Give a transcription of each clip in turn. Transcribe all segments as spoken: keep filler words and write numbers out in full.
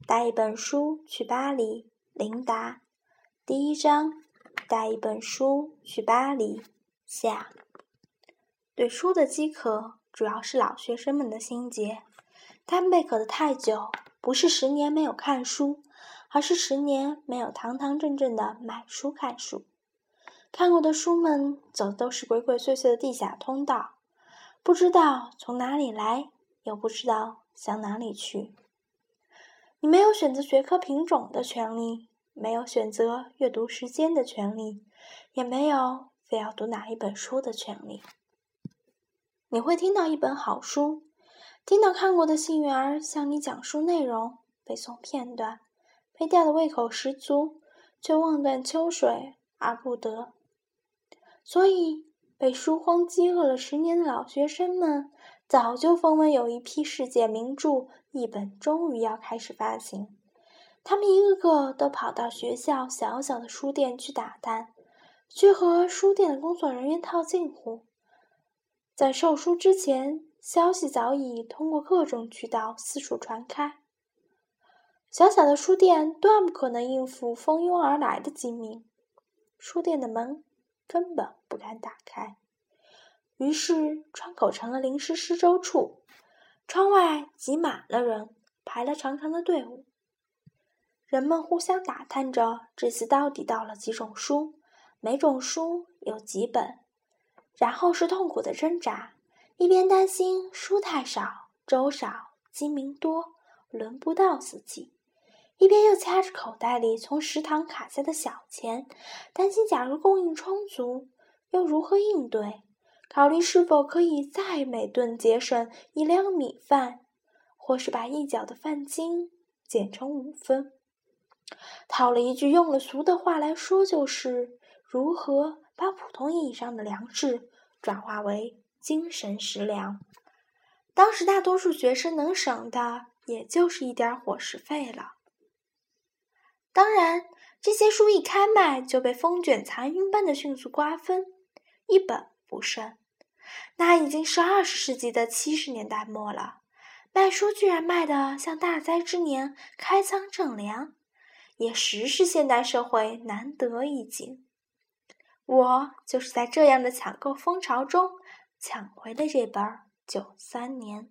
带一本书去巴黎，琳达。第一章，带一本书去巴黎，下。对书的饥渴主要是老学生们的心结，他们被渴得太久，不是十年没有看书，而是十年没有堂堂正正的买书看书。看过的书们走的都是鬼鬼祟祟的地下通道，不知道从哪里来，又不知道向哪里去。你没有选择学科品种的权利，没有选择阅读时间的权利，也没有非要读哪一本书的权利。你会听到一本好书，听到看过的信员儿向你讲述内容，背诵片段，被吊得胃口十足，却望断秋水而不得。所以被书荒饥饿了十年的老学生们，早就风闻有一批世界名著译本终于要开始发行。他们一个个都跑到学校小小的书店去打探，去和书店的工作人员套近乎。在售书之前，消息早已通过各种渠道四处传开。小小的书店断不可能应付蜂拥而来的精明，书店的门根本不敢打开。于是窗口成了临时施粥处，窗外挤满了人，排了长长的队伍。人们互相打探着这次到底到了几种书，每种书有几本，然后是痛苦的挣扎，一边担心书太少，粥少，精明多，轮不到自己，一边又掐着口袋里从食堂卡下的小钱，担心假如供应充足，又如何应对，考虑是否可以再每顿节省一两米饭，或是把一角的饭金减成五分。套了一句用了俗的话来说，就是如何把普通意义上的粮食转化为精神食粮。当时大多数学生能省的也就是一点伙食费了。当然，这些书一开卖就被风卷残云般的迅速瓜分，一本不剩。那已经是二十世纪的七十年代末了，卖书居然卖得像大灾之年开仓赈粮，也实是现代社会难得一景。我就是在这样的抢购风潮中抢回了这本九三年。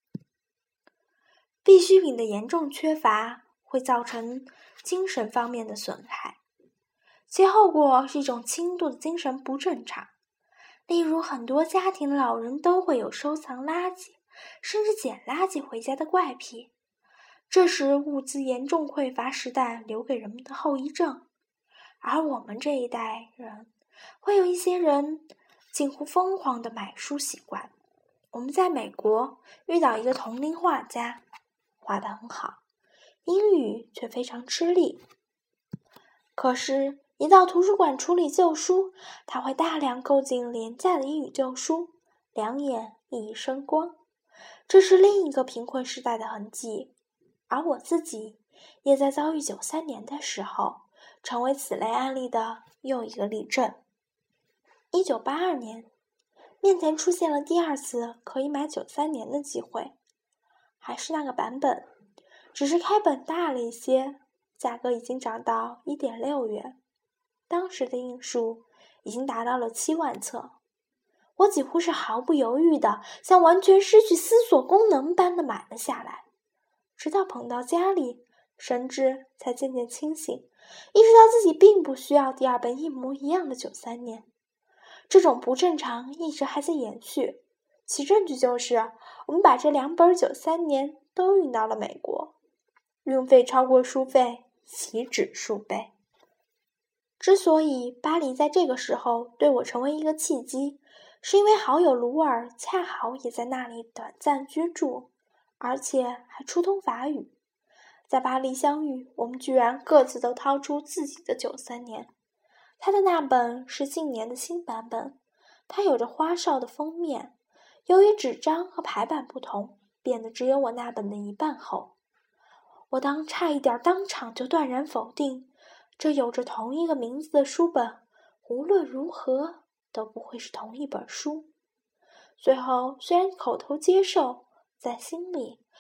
必需品的严重缺乏会造成精神方面的损害，其后果是一种轻度的精神不正常。例如，很多家庭的老人都会有收藏垃圾，甚至捡垃圾回家的怪癖，这是物资严重匮乏时代留给人们的后遗症。而我们这一代人，会有一些人近乎疯狂的买书习惯。我们在美国遇到一个同龄画家，画得很好，英语却非常吃力。可是一到图书馆处理旧书，他会大量购进廉价的英语旧书，两眼熠熠生光。这是另一个贫困时代的痕迹，而我自己也在遭遇九三年的时候，成为此类案例的又一个例证。一九八二年，面前出现了第二次可以买九三年的机会，还是那个版本，只是开本大了一些，价格已经涨到 一点六元。当时的印数已经达到了七万册，我几乎是毫不犹豫的，像完全失去思索功能般的买了下来。直到捧到家里，神志才渐渐清醒，意识到自己并不需要第二本一模一样的九三年。这种不正常一直还在延续，其证据就是我们把这两本九三年都运到了美国，运费超过书费岂止数倍。之所以巴黎在这个时候对我成为一个契机，是因为好友卢尔恰好也在那里短暂居住，而且还初通法语。在巴黎相遇，我们居然各自都掏出自己的九三年。他的那本是近年的新版本，它有着花哨的封面，由于纸张和排版不同，变得只有我那本的一半厚。我当差一点当场就断然否定，这有着同一个名字的书本，无论如何都不会是同一本书。最后虽然口头接受，在心里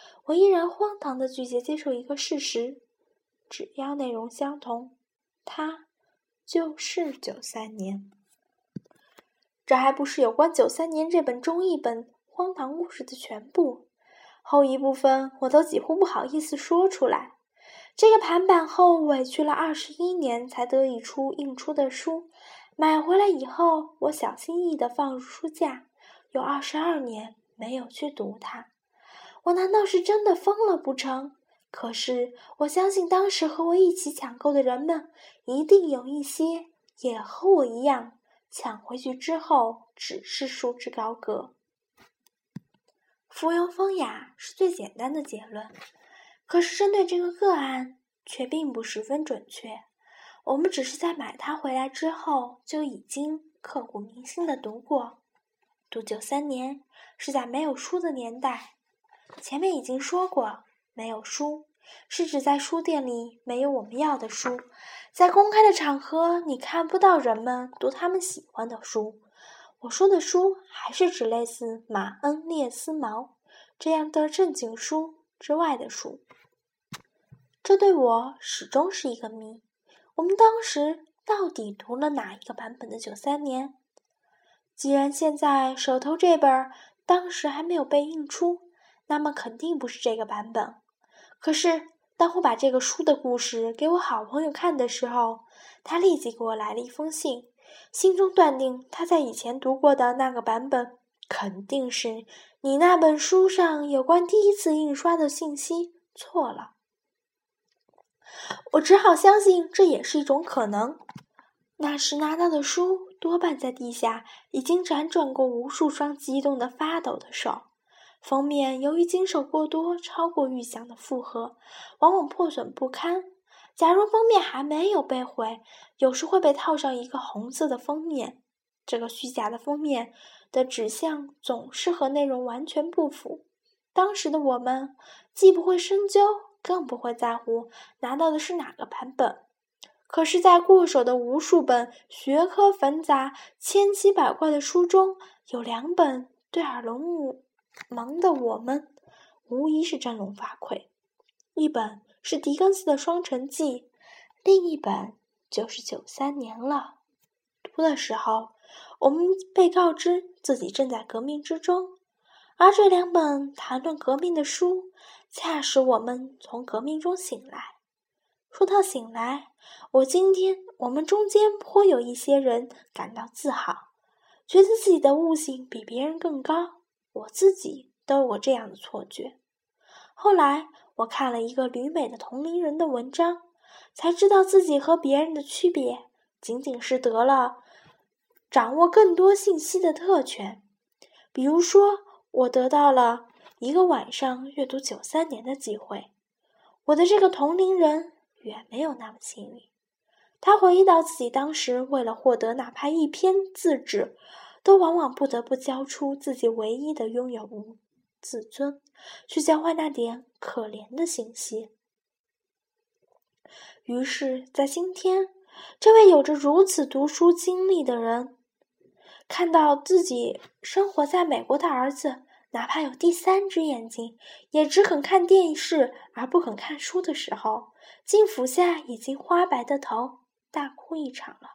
我依然荒唐地拒绝接受一个事实：只要内容相同，它就是九三年。这还不是有关九三年这本中译本荒唐故事的全部，后一部分我都几乎不好意思说出来。这个盘版后委屈了二十一年才得以出印出的书，买回来以后，我小心翼翼地放入书架，有二十二年没有去读它。我难道是真的疯了不成？可是我相信当时和我一起抢购的人们，一定有一些也和我一样，抢回去之后只是束之高阁。附庸风雅是最简单的结论，可是针对这个个案却并不十分准确。我们只是在买它回来之后就已经刻骨铭心地读过。读九三年是在没有书的年代，前面已经说过，没有书是指在书店里没有我们要的书，在公开的场合你看不到人们读他们喜欢的书。我说的书还是指类似马恩列斯毛这样的正经书之外的书。这对我始终是一个谜，我们当时到底读了哪一个版本的九三年？既然现在手头这本当时还没有被印出，那么肯定不是这个版本。可是当我把这个书的故事给我好朋友看的时候，他立即给我来了一封信，心中断定他在以前读过的那个版本肯定是你那本书上有关第一次印刷的信息错了。我只好相信这也是一种可能。那时拿到的书多半在地下已经辗转过无数双激动的发抖的手，封面由于经手过多超过预想的负荷，往往破损不堪。假如封面还没有被毁，有时会被套上一个红色的封面，这个虚假的封面的指向总是和内容完全不符。当时的我们既不会深究，更不会在乎拿到的是哪个版本。可是在过手的无数本学科繁杂千奇百怪的书中，有两本对耳聋目盲的我们无疑是振聋发聩。一本是狄更斯的《双城记》，另一本就是九三年了。读的时候，我们被告知自己正在革命之中，而这两本谈论革命的书恰使我们从革命中醒来。说到醒来，我今天我们中间颇有一些人感到自豪，觉得自己的悟性比别人更高，我自己都有过这样的错觉。后来我看了一个旅美的同龄人的文章，才知道自己和别人的区别仅仅是得了掌握更多信息的特权。比如说，我得到了一个晚上阅读九三年的机会，我的这个同龄人远没有那么幸运。他回忆到自己当时为了获得哪怕一篇自纸，都往往不得不交出自己唯一的拥有物自尊，去交换那点可怜的信息。于是在今天，这位有着如此读书经历的人，看到自己生活在美国的儿子哪怕有第三只眼睛，也只肯看电视而不肯看书的时候，竟俯下已经花白的头大哭一场了。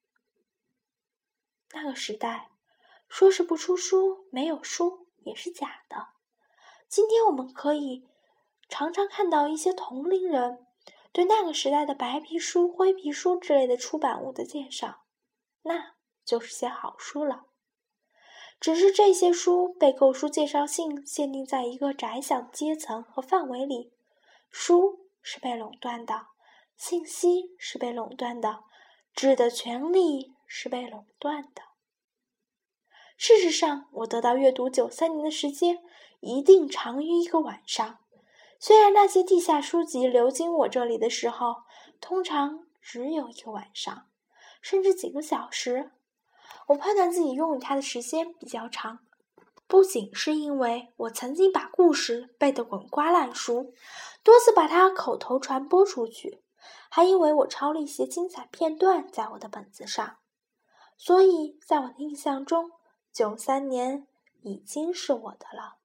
那个时代，说是不出书，没有书也是假的。今天我们可以常常看到一些同龄人对那个时代的白皮书、灰皮书之类的出版物的介绍，那就是些好书了。只是这些书被购书介绍信限定在一个窄小的阶层和范围里，书是被垄断的，信息是被垄断的，纸的权利是被垄断的。事实上，我得到阅读九三年的时间一定长于一个晚上，虽然那些地下书籍流经我这里的时候，通常只有一个晚上，甚至几个小时。我判断自己拥有它的时间比较长，不仅是因为我曾经把故事背得滚瓜烂熟，多次把它口头传播出去，还因为我抄了一些精彩片段在我的本子上。所以在我的印象中，九三年已经是我的了，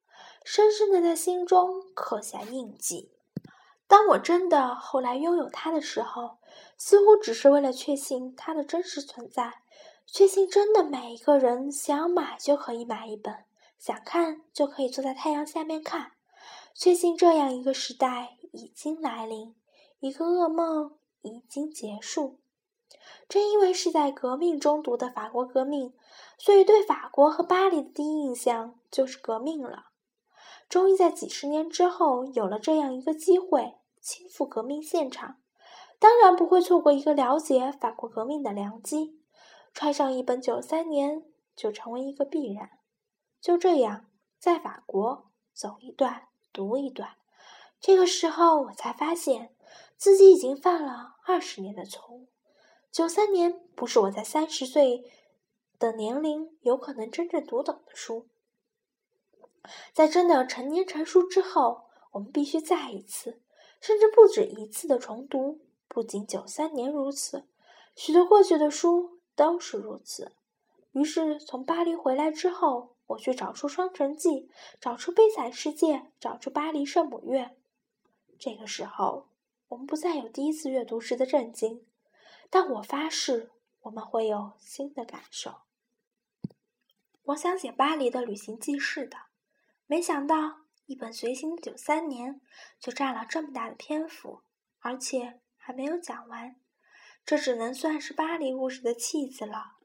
深深地在心中刻下印记。当我真的后来拥有它的时候，似乎只是为了确信它的真实存在，确信真的每一个人想买就可以买一本，想看就可以坐在太阳下面看，确信这样一个时代已经来临，一个噩梦已经结束。正因为是在革命中读的法国革命，所以对法国和巴黎的第一印象就是革命了。终于在几十年之后有了这样一个机会亲赴革命现场，当然不会错过一个了解法国革命的良机，揣上一本九三年就成为一个必然。就这样在法国走一段读一段，这个时候我才发现自己已经犯了二十年的错误。九三年不是我在三十岁的年龄有可能真正读懂的书。在真的成年成熟之后，我们必须再一次，甚至不止一次的重读。不仅九三年如此，许多过去的书都是如此。于是从巴黎回来之后，我去找出《双城记》，找出《悲惨世界》，找出《巴黎圣母院》。这个时候，我们不再有第一次阅读时的震惊，但我发誓，我们会有新的感受。我想写巴黎的旅行记事的，没想到一本随行的九三年就占了这么大的篇幅，而且还没有讲完。这只能算是巴黎故事的弃子了。